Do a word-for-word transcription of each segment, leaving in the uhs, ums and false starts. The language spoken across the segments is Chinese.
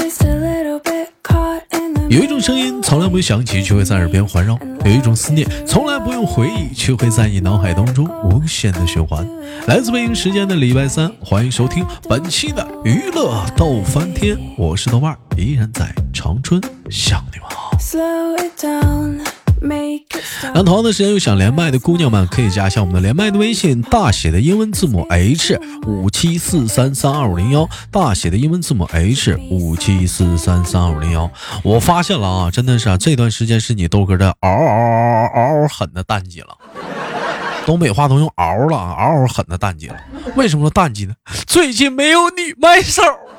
有一种声音从来不会响起，却会在耳边环绕；有一种思念从来不用回忆，却会在你脑海当中无限的循环。来自北京时间的礼拜三，欢迎收听本期的娱乐逗翻天，我是豆瓣，依然在长春向你们好。那同样的时间，有想连麦的姑娘们可以加一下我们的连麦的微信，大写的英文字母 H 五七四三三二五零一，大写的英文字母 H 五七四三三二五零一。我发现了啊，真的是啊，这段时间是你豆哥的嗷嗷嗷嗷嗷狠的淡季了。东北话都用嗷了，嗷嗷狠的淡季了。为什么说淡季呢？最近没有女麦手。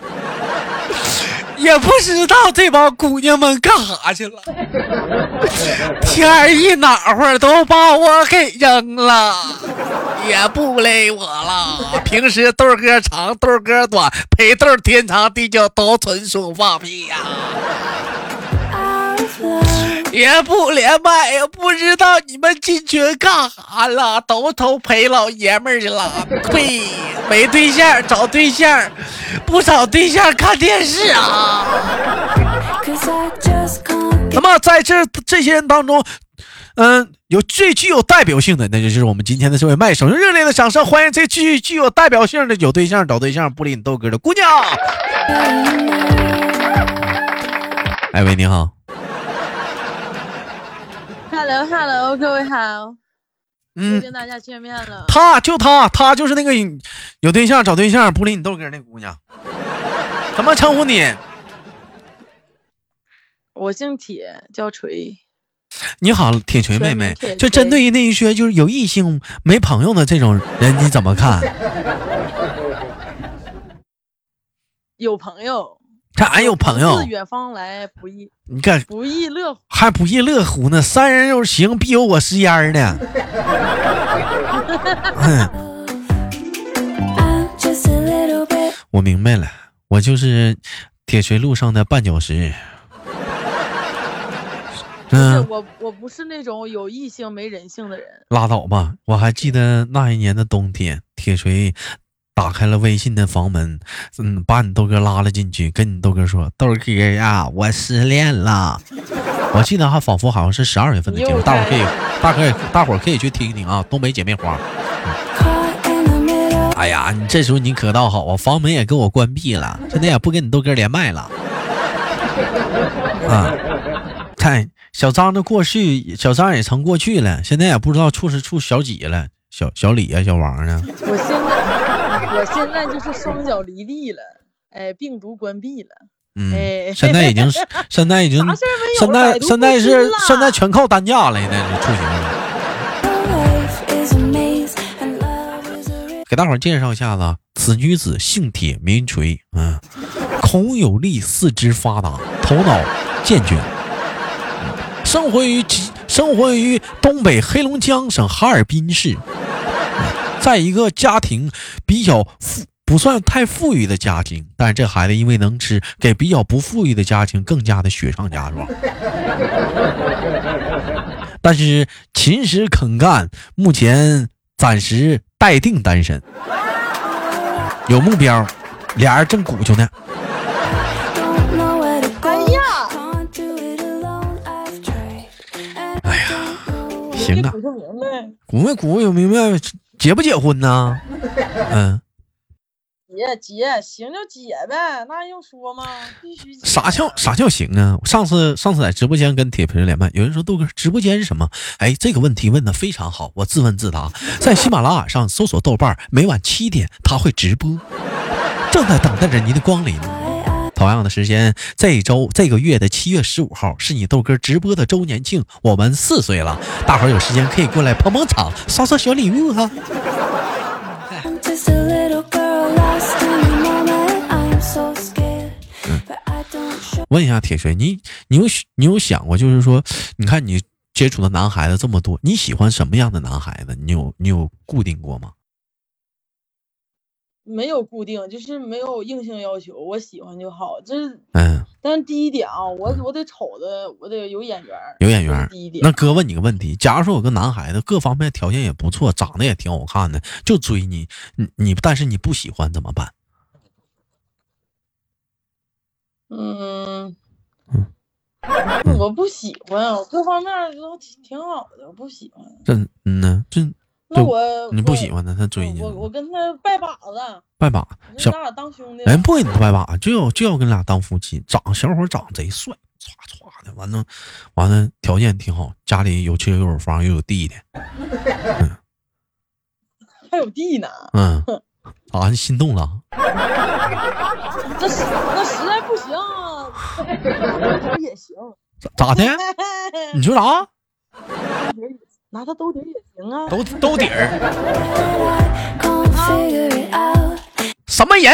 也不知道这帮姑娘们干啥去了，天一暖和都把我给扔了，也不累我了。平时豆哥长豆哥短，陪豆天长地久都纯属放屁呀、啊，也不连麦，也不知道你们进群干啥了，都都陪老爷们儿去了。呸，没对象找对象，不找对象看电视啊。那么在这这些人当中，嗯、呃，有最具有代表性的，那就是我们今天的这位麦手，用热烈的掌声欢迎这具具有代表性的有对象找对象不理你豆哥的姑娘。哎喂，你好。 Hello Hello， 各位好。 嗯， 跟大家见面了。 他就他，他就是那个有对象找对象不理你豆哥那姑娘。怎么称呼你？ 我姓铁，叫锤。 你好，铁锤妹妹。就针对于那一些就是有异性没朋友的这种人，你怎么看？ 有朋友。 啥有朋友？ 自远方来不易， 你看不亦乐乎， 还不亦乐乎呢。三人有行，必有我师焉呢。嗯，我明白了，我就是铁锤路上的绊脚石。 嗯，我我不是那种有异性没人性的人。 拉倒吧，我还记得那一年的冬天，铁锤打开了微信的房门，嗯，把你豆哥拉了进去，跟你豆哥说：“豆哥呀，我失恋了。”我记得还仿佛好像是十二月份的节目，大伙可以，大伙大伙可以去听听啊，东北姐妹花。嗯、哎呀，你这时候你可倒好啊，房门也给我关闭了，现在也不跟你豆哥连麦了。啊，看小张的过去，小张也成过去了，现在也不知道处是处小几了，小小李啊，小王呢？ 我现在。我现在就是双脚离地了，哎，病毒关闭了， 嗯， 哎， 现在已经是，现在已经，现在现在是现在全靠担架了，现在是出行了。给大伙介绍一下子，此女子姓铁，名锤，嗯，孔有力，四肢发达，头脑健全，嗯、生活于生活于东北黑龙江省哈尔滨市。在一个家庭比较富不算太富裕的家庭，但是这孩子因为能吃，给比较不富裕的家庭更加的雪上加霜。但是勤实肯干，目前暂时待定单身，有目标，俩人正鼓秋呢。 哎呀， 哎呀，行啊，鼓没鼓有明白。结不结婚呢？嗯， 结结行就结呗，那用说吗？必须结。 啥叫啥叫行啊？上次上次在直播间跟铁皮连麦，有人说豆哥直播间是什么？哎，这个问题问的非常好，我自问自答。在喜马拉雅上搜索豆瓣，每晚七点他会直播，正在等待着您的光临。同样的时间，这一周这个月的七月十五号是你豆哥直播的周年庆，我们四岁了，大伙儿有时间可以过来捧捧场，刷刷小礼物哈。嗯、问一下铁锤，你你有你有想过，就是说，你看你接触的男孩子这么多，你喜欢什么样的男孩子？你有你有固定过吗？ 没有固定，就是没有硬性要求，我喜欢就好。这嗯， 但是第一点啊，我我得瞅的，我得有眼缘， 有眼缘。 第一点。 那哥问你个问题，假如说有个男孩子各方面条件也不错，长得也挺好看的，就追你，你你但是你不喜欢怎么办？ 嗯，我不喜欢，我各方面都挺挺好的，我不喜欢。 这嗯呢，这那我你不喜欢他，他追你， 我我跟他拜把子， 拜把小咱俩当兄弟， 人不跟你拜把，就要就要跟俩当夫妻。长小伙长贼帅，唰唰的，完了完了，条件挺好，家里有车又有房又有地的，嗯， 还有地呢， 嗯，咋你心动了？ 这那实在不行，也行， 咋的？你说啥？ 拿他兜底也行啊， 兜兜底儿。什么人？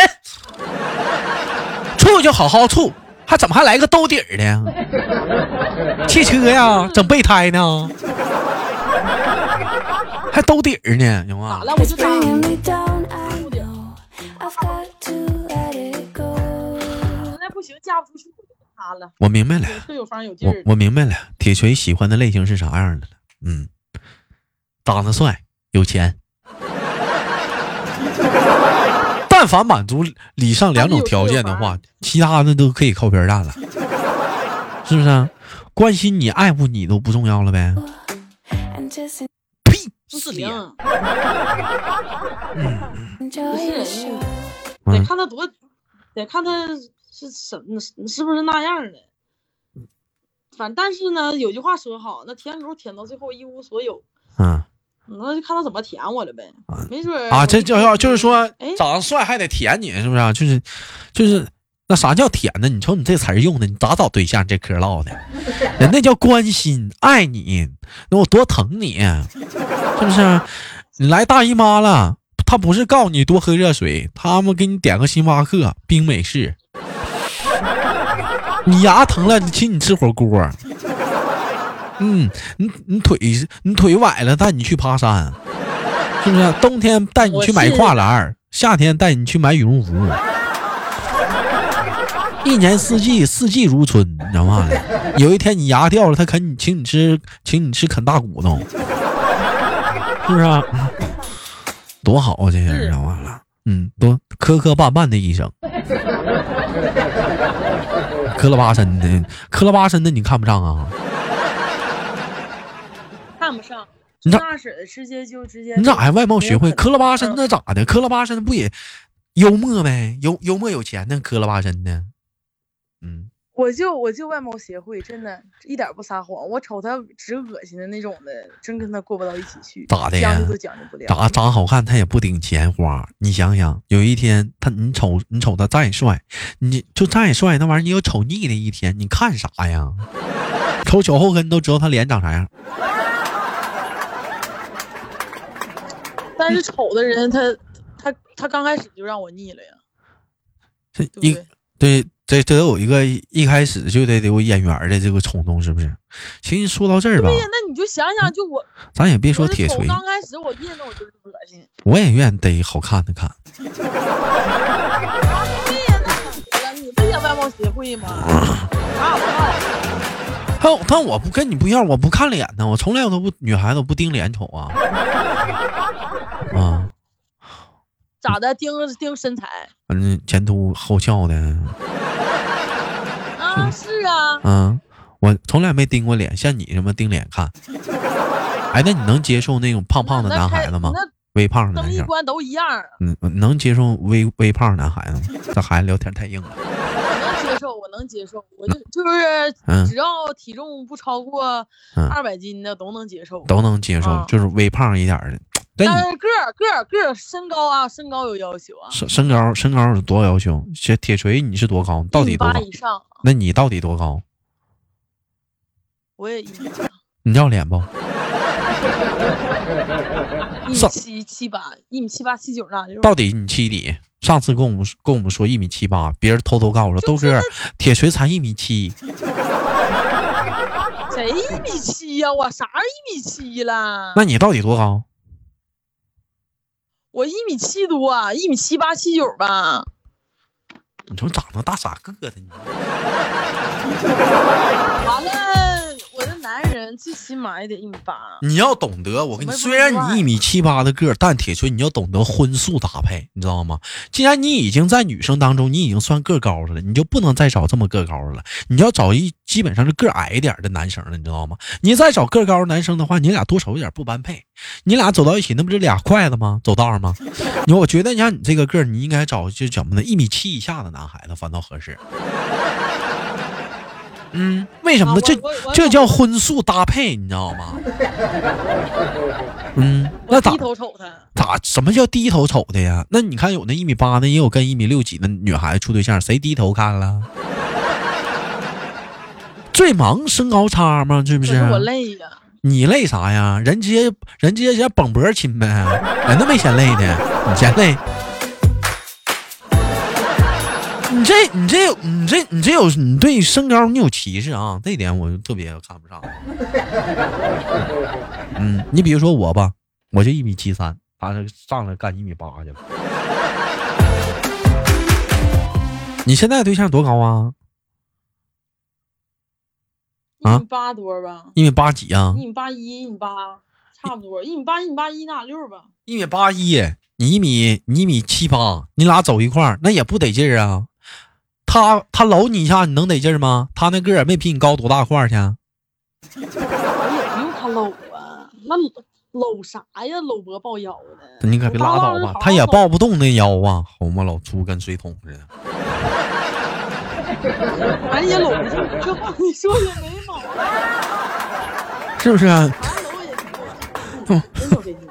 处就好好处，还怎么还来个兜底儿的？汽车呀，整备胎呢？还兜底儿呢，行吗？ 咋了？我就打实在不行，嫁不出去我就跟他了。 我明白了， 有房有地儿。 我我明白了，铁锤喜欢的类型是啥样的了？嗯。长得帅有钱，但凡满足以上两种条件的话，其他的都可以靠边站了，是不是？关心你爱护你都不重要了呗？屁，是脸。 嗯，不是，得看他多，得看他是什么，是不是那样的。反但是呢，有句话说好，那舔狗舔到最后一无所有。 嗯。 那就看他怎么舔我了呗，没准啊，这就要就是说，长得帅还得舔你，是不是、啊？就是，就是那啥叫舔呢？你瞅你这词儿用的，你咋找对象？这嗑唠的，人那叫关心爱你，那我多疼你，是不是？你来大姨妈了，他不是告诉你多喝热水，他们给你点个星巴克、冰美式。你牙疼了，请你吃火锅。嗯，你你腿你腿崴了，带你去爬山，是不是？冬天带你去买跨栏，夏天带你去买羽绒服，一年四季四季如春，你知道吗？有一天你牙掉了，他肯你请你吃，请你吃啃大骨头，是不是、啊？多好啊，这些人完了，嗯，多磕磕绊绊的一生，磕了巴身的，磕了巴身的，你看不上啊？ 看不上，那是直接就直接。 你咋还外貌协会？磕了巴身那咋的？磕了巴身不也幽默呗？幽幽默有钱呢，磕了巴身的。嗯， 我就我就外貌协会，真的一点不撒谎。我瞅他直恶心的那种的，真跟他过不到一起去。 咋的呀？ 讲究都讲究不了。 咋长好看他也不顶钱花？你想想，有一天他你瞅你瞅他再帅，你就再帅那玩意儿，你有瞅腻的一天，你看啥呀？瞅脚后跟都知道他脸长啥样。 但是丑的人他，他他他刚开始就让我腻了呀。 这一对这这都有一个一开始就得有演员的这个冲动，是不是？其实说到这儿吧， 对呀，那你就想想，就我， 咱也别说铁锤， 刚开始我见到我就是恶心， 我也愿意得好看的看。 对呀，那你不也外貌协会吗？差不多。 但但我不跟你不一样，我不看脸呢，我从来我都不女孩子不盯脸瞅啊。啊， 咋的？盯盯身材？ 嗯，前凸后翘的。 啊，是啊。 嗯，我从来没盯过脸，像你这么盯脸看。哎，那你能接受那种胖胖的男孩子吗？微胖的男生。 一观都一样。 嗯，能接受微微胖男孩子吗？这孩子聊天太硬了。 接受我能接受，我就就是只要体重不超过二百斤的都能接受， 都能接受，嗯、就是微胖一点的。 但是个个个身高啊，身高有要求啊。 身身高身高有多要求？铁锤你是多高？到底多高？ 一米八以上。 那你到底多高？ 我也一米八。 你要脸不？ 一米七七八，一米七八七九那就。 到底你七几？上次跟我们跟我们说一米七八，别人偷偷告诉我豆哥，铁锤才一米七。 谁一米七呀？我啥一米七了？ 那你到底多高？ 我一米七多啊，一米七八七九吧。 你说长得大傻个的你。 完了，我的男人人最起码也得一米八。 你要懂得，我跟你，虽然你一米七八的个儿，但铁锤你要懂得荤素搭配，你知道吗？既然你已经在女生当中你已经算个高的了，你就不能再找这么个高的了，你要找一基本上是个矮一点的男生了，你知道吗？你再找个高的男生的话，你俩多少有点不般配，你俩走到一起那不是俩筷子吗？走道吗？你我觉得像你这个个儿，你应该找就怎么的一米七以下的男孩子反倒合适。嗯，为什么呢？这这叫荤素搭配，你知道吗？嗯，那咋低头瞅他？ 咋？什么叫低头瞅的呀？那你看有那一米八的，也有跟一米六几的女孩子处对象，谁低头看了？最忙身高差吗？是不是？ 我累呀。 你累啥呀？人直接人直接先绷脖亲呗，人都没嫌累的，你嫌累。你这你这有你这你这有你对身高你有歧视啊，这一点我就特别看不上。嗯，你比如说我吧，我就一米七三，他上来干一米八去了。你现在对象多高啊？ 一米八多吧？ 一米八几啊？ 一米八一，一米八，差不多。一米八，一米八一，那六吧？ 一米八一，你一米你一米七八，你俩走一块儿，那也不得劲儿啊。他他搂你一下，你能得劲儿吗？他那个儿没比你高多大块儿去？ 我也不用他搂啊，那搂啥呀？搂脖抱腰的。 你可别拉倒吧，他也抱不动那腰啊，好嘛，老粗跟水桶似的。 反正也搂不住，这话你说也没毛病， 是不是啊？ 搂也真有这劲。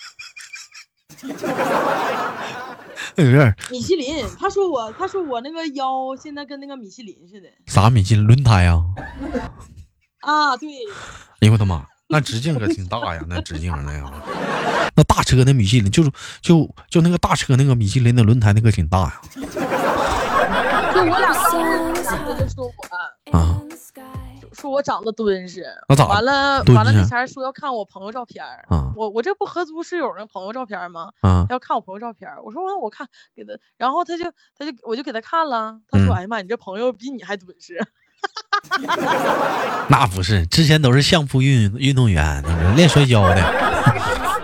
有点米其林，他说我，他说我那个腰现在跟那个米其林似的。 啥米其林轮胎啊？ 啊，对。 哎呦我的妈，那直径可挺大呀，那直径那样。那大车那米其林就是就就那个大车那个米其林的轮胎那个挺大呀。 就我俩他就说我啊， 说我长得敦实， 那咋完了完了那前说要看我朋友照片啊， 我我这不合租室友那朋友照片吗？ 啊， 要看我朋友照片，我说我我看给他，然后他就他就我就给他看了，他说、嗯、哎呀妈，你这朋友比你还敦实。 那不是，之前都是相扑运运动员，练摔跤的。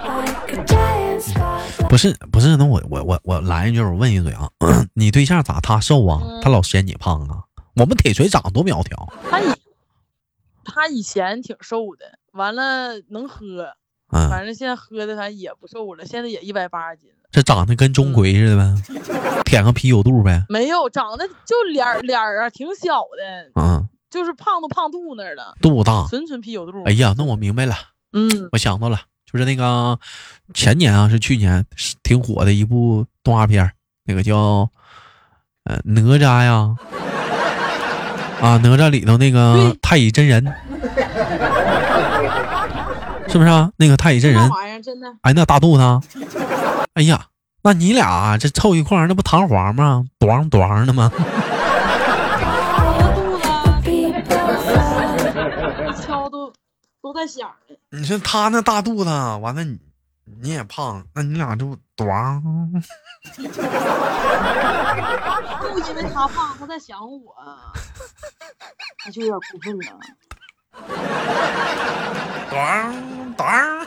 不是不是，那我我我我来一句，我问一嘴啊，你对象咋他瘦啊？嗯、他老嫌你胖啊？我们铁锤长得多苗条。 他以他以前挺瘦的，完了能喝， 嗯、 反正现在喝的他也不瘦了，现在也一百八十斤。 这长得跟钟馗似的呗，嗯、舔个啤酒肚呗？ 没有，长得就脸脸啊挺小的， 嗯， 就是胖都胖肚那儿了， 肚大， 纯纯啤酒肚。 哎呀，那我明白了， 嗯， 我想到了。就是那个前年啊，是去年挺火的一部动画片，那个叫呃哪吒呀，啊哪吒里头那个太乙真人，是不是啊？那个太乙真人， 真的， 哎那大肚子，哎呀，那你俩这凑一块儿，那不弹簧吗？咣咣的吗？ 敲都都在响呢。 你说他那大肚子，完了你你也胖，那你俩就短。 就因为他胖，他在想我，他就有点过分了。 短短。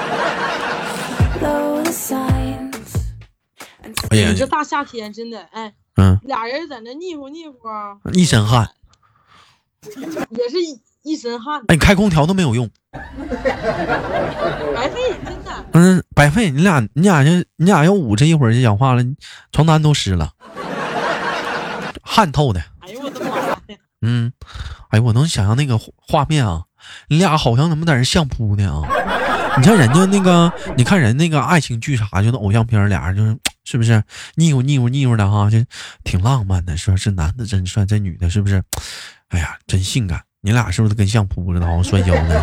哎呀， 你这大夏天真的，哎， 嗯， 俩人在那腻乎腻乎， 一身汗， 也是一。一身汗， 哎，你开空调都没有用， 白费，真的。 嗯，白费。你俩，你俩就你俩要捂着一会儿就讲话了，床单都湿了，汗透的。 哎呦我的妈呀！ 嗯，哎呦，我能想象那个画面啊，你俩好像怎么在这相扑呢啊？你看人家那个，你看人那个爱情剧啥，就那偶像片，俩人就是是不是腻乎腻乎腻乎的哈，就挺浪漫的。说这男的真帅，这女的是不是？哎呀，真性感。你俩是不是跟相扑似的，好像摔跤呢？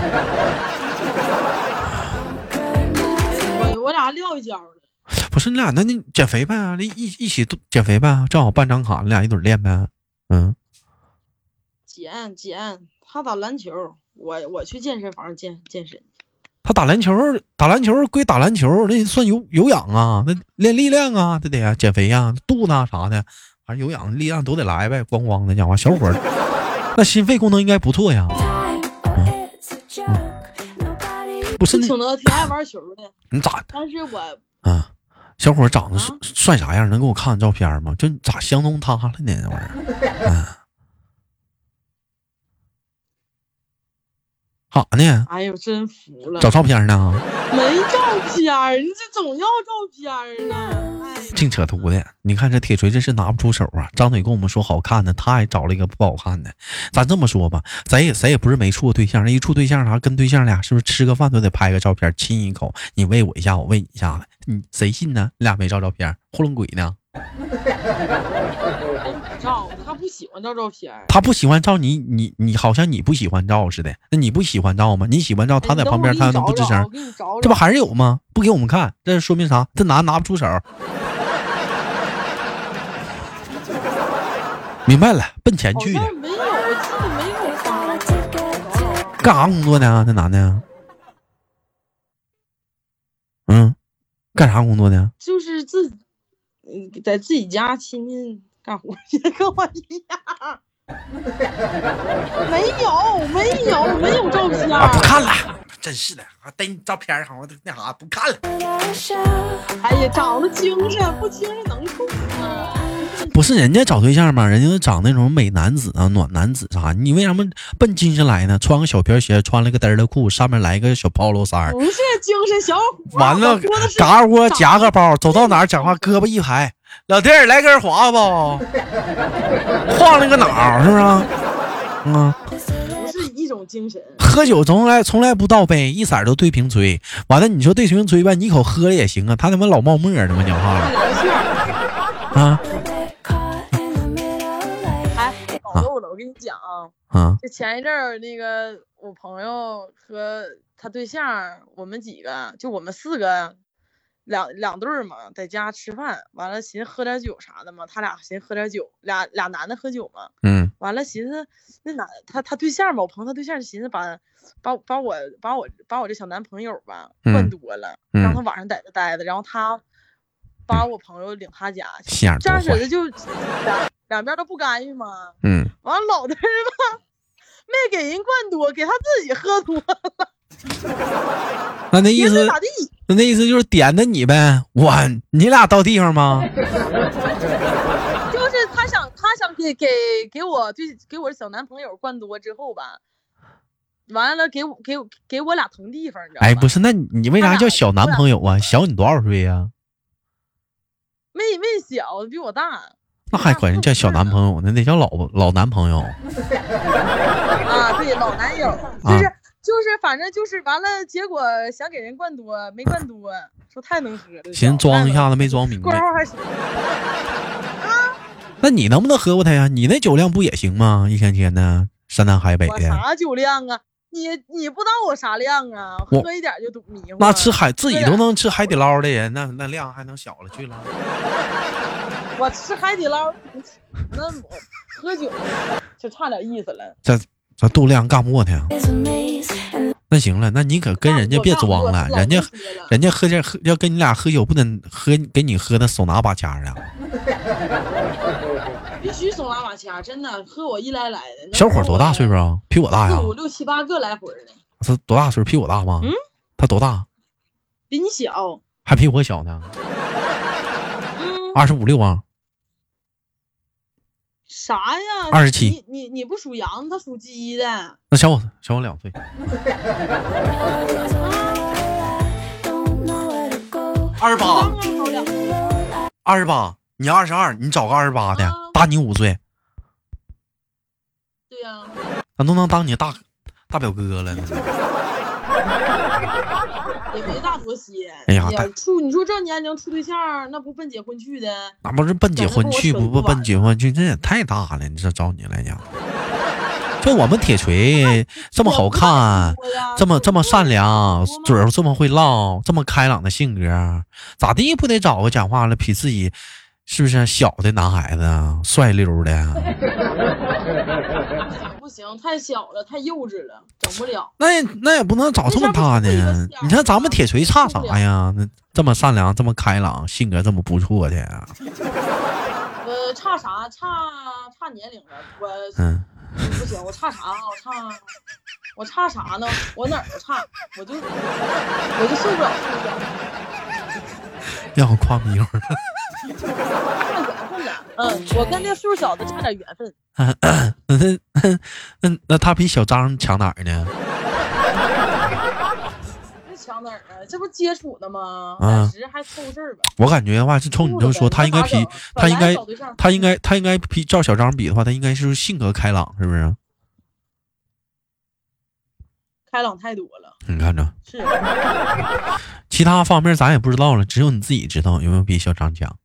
我我俩撂一跤了。 不是你俩，那你减肥呗？一一一起减肥呗？正好办张卡，你俩一起练呗？嗯。 减减，他打篮球，我我去健身房健健身。 他打篮球，打篮球归打篮球，那算有有氧啊，那练力量啊，这得呀，减肥呀，肚子啊啥的，反正有氧力量都得来呗，咣咣的讲话，小伙儿。那心肺功能应该不错呀。嗯、 不是挺的，挺爱玩球的。 你咋？ 但是我啊，小伙长得啊帅啥样？能给我看看照片吗？就咋相中他了呢？这玩意儿，啊，好呢？ 哎呦，真服了！ 找照片呢？ 没照片儿，你这总要照片儿呢。哎， 净扯犊的！你看这铁锤真是拿不出手啊！张嘴跟我们说好看的，他还找了一个不好看的。咱这么说吧，咱也谁也不是没处过对象，一处对象啥，跟对象俩是不是吃个饭都得拍个照片，亲一口，你喂我一下，我喂你一下子，你谁信呢？俩没照照片，糊弄鬼呢？ 照他不喜欢照照片儿， 他不喜欢照你，你你好像你不喜欢照似的。那你不喜欢照吗？你喜欢照，他在旁边，他能不吱声？这不还是有吗？不给我们看，这说明啥？这拿拿不出手。明白了，奔钱去的。 没有，我记得没有发。 干啥工作呢？这男的？嗯，干啥工作的？ 就是自己，嗯，在自己家亲戚干活去，跟我一样。没有，没有，没有照片。 啊，不看了，真是的，啊，逮你照片好像那啥，不看了。 哎呀，长得精神，不精神能处吗？ 不是人家找对象吗？人家都找那种美男子啊、暖男子啥，你为什么奔精神来呢？穿个小皮鞋，穿了个嘚儿的裤，上面来个小 polo 衫， 不是精神小伙。 完了嘎窝夹个包，走到哪儿讲话胳膊一排，老弟儿来根滑不？晃了个脑是不是？嗯， 不是一种精神。 喝酒从来从来不倒杯，一色都对瓶吹。完了，你说对瓶吹吧，你一口喝了也行啊。他他妈老冒沫儿，他妈讲话了啊！ 老逗了，我跟你讲啊， 啊， 就前一阵儿那个我朋友和他对象，我们几个就我们四个两两对儿嘛，在家吃饭，完了寻思喝点酒啥的嘛，他俩寻思喝点酒，俩俩男的喝酒嘛， 嗯， 完了寻思那男他他对象吧，我朋友他对象就寻思把把把我把我把我这小男朋友吧灌多了， 嗯、 让他晚上在这待着，然后他把我朋友领他家去， 嗯、 这样式的就两两边都不干预嘛， 嗯， 完了老头儿吧没给人灌多，给他自己喝多了。 那那意思，那那意思就是点的你呗。我，你俩到地方吗？ 就是他想，他想给给给我对给我的小男朋友灌多之后吧，完了给我给我给我俩腾地方，你知道吗？ 哎，不是，那你为啥叫小男朋友啊？小你多少岁呀、啊？ 没没小，比我大。 那还管人叫小男朋友，那得叫老老男朋友。 啊，对，老男友，就是。啊就是反正就是完了，结果想给人灌多，没灌多，说太能喝了， 寻思装一下子没装明白。 还是啊？ 那你能不能喝过他呀？你那酒量不也行吗？一天天的山南海北的。 我啥酒量啊？你你不知道我啥量啊？喝一点就堵迷糊。 那吃海自己都能吃海底捞的人，那那量还能小了去了。 我吃海底捞，那我喝酒就差点意思了。 这。这度量干不过他呀。那行了，那你可跟人家别装了，人家人家喝这喝要跟你俩喝酒，不能喝给你喝的手拿把掐啊。 必须手拿把掐，真的喝我一来来的。 小伙多大岁数啊？比我大呀？ 五六七八个来回的。 他多大岁数？比我大吗？ 嗯， 他多大？ 比你小， 还比我小呢。 嗯， 二十五六啊。 啥呀？ 二十七。 你你你不属羊，他属鸡的。 那小我小我两岁。二十八。二十八，你二十二，你找个二十八的，啊、大你五岁。 对呀、啊。 那都能当你大大表哥了呢。 也没大多些。 哎呀， 处你说这年龄处对象，那不奔结婚去的？ 那不是奔结婚去，不不奔结婚去，这也太大了。你这照你来讲，就我们铁锤这么好看，这么这么善良，嘴儿这么会唠，这么开朗的性格，咋地不得找个讲话了比自己是不是小的男孩子啊，帅溜的？ 不行，太小了，太幼稚了，整不了。 那也那也不能找这么大的。你看咱们铁锤差啥呀？那这么善良，这么开朗，性格这么不错的。 呃，差啥？差差年龄了。我嗯，不行，我差啥？我差我差啥呢？我哪儿都差，我就我就受不了受不了。 让我夸迷糊了。 差缘分了，嗯，我跟那岁数小的差点缘分。 那那那他比小张强哪儿呢？ 强哪儿啊？这不接触的吗？ 啊， 暂时还凑事儿吧。 我感觉的话，是冲你这说，他应该比他应该他应该他应该比照小张比的话，他应该是性格开朗，是不是？ 开朗太多了， 你看着是。 其他方面咱也不知道了，只有你自己知道有没有比小张强。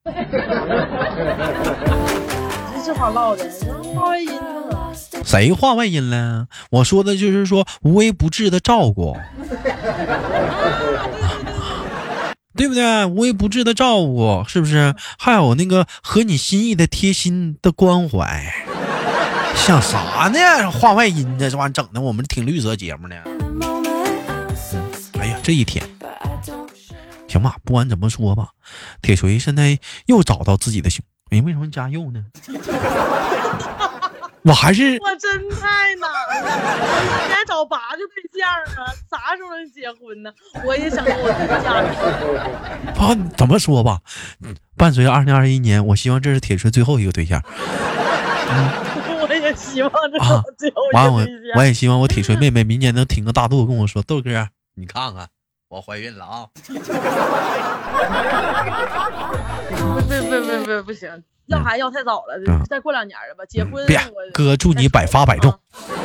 这话唠的，话外音了。 谁话外音了？我说的就是说无微不至的照顾，对不对？无微不至的照顾，是不是？还有那个合你心意的贴心的关怀。想啥呢？话外音呢？这玩意整的我们挺绿色节目呢。嗯，哎呀，这一天，行吧，不管怎么说吧，铁锤现在又找到自己的幸福。你为什么加又呢？我还是我真太难了，你还找八个对象啊？啥时候能结婚呢？我也想跟我对象。 啊，怎么说吧，伴随二零二一年，我希望这是铁锤最后一个对象。 嗯，我也希望这是我最后一个对象。 我我也希望我铁锤妹妹明年能挺个大肚跟我说，豆哥，你看看我怀孕了啊！ 不不不不不不行。要孩子要太早了，嗯、再过两年了吧，结婚。 别，哥祝你百发百中。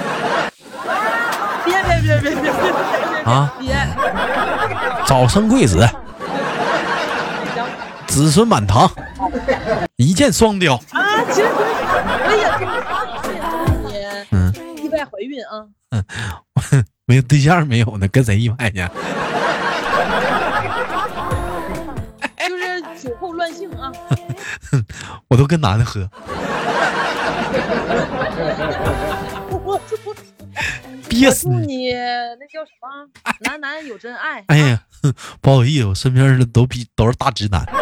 别别别别别别啊！ 别， 早生贵子，子孙满堂，一箭双雕。 啊，其实我也祝你，嗯，意外怀孕啊。 嗯，没有对象没有呢，跟谁意外呢？ 就是酒后乱性啊。 我都跟男的喝。憋死你！那叫什么？男男有真爱。 哎呀，不好意思，我身边的都比都是大直男。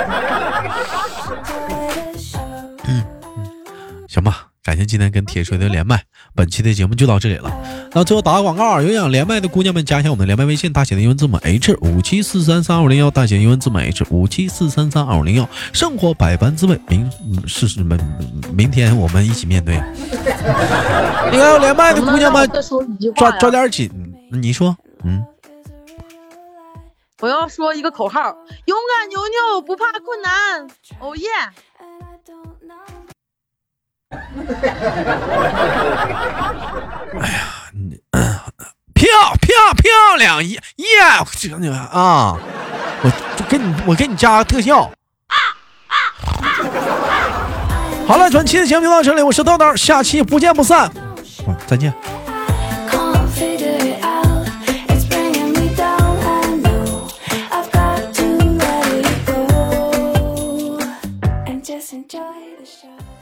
嗯嗯，行吧。感谢今天跟铁锤的连麦，本期的节目就到这里了。那最后打个广告，有想连麦的姑娘们加一下我们的连麦微信，大写的英文字母 H 五七四三三二五零幺，大写的英文字母 H 五七四三三二五零幺。生活百般滋味，明是什么？明天我们一起面对。你看有连麦的姑娘们，抓抓点紧。你说，嗯， 我要说一个口号：勇敢牛牛，不怕困难。哦耶！ 哎呀，你漂漂漂亮耶耶！这个你啊，我就给你，我给你加个特效。好了，本期的节目就到这里，我是豆豆，下期不见不散，啊、再见。Enjoy the show.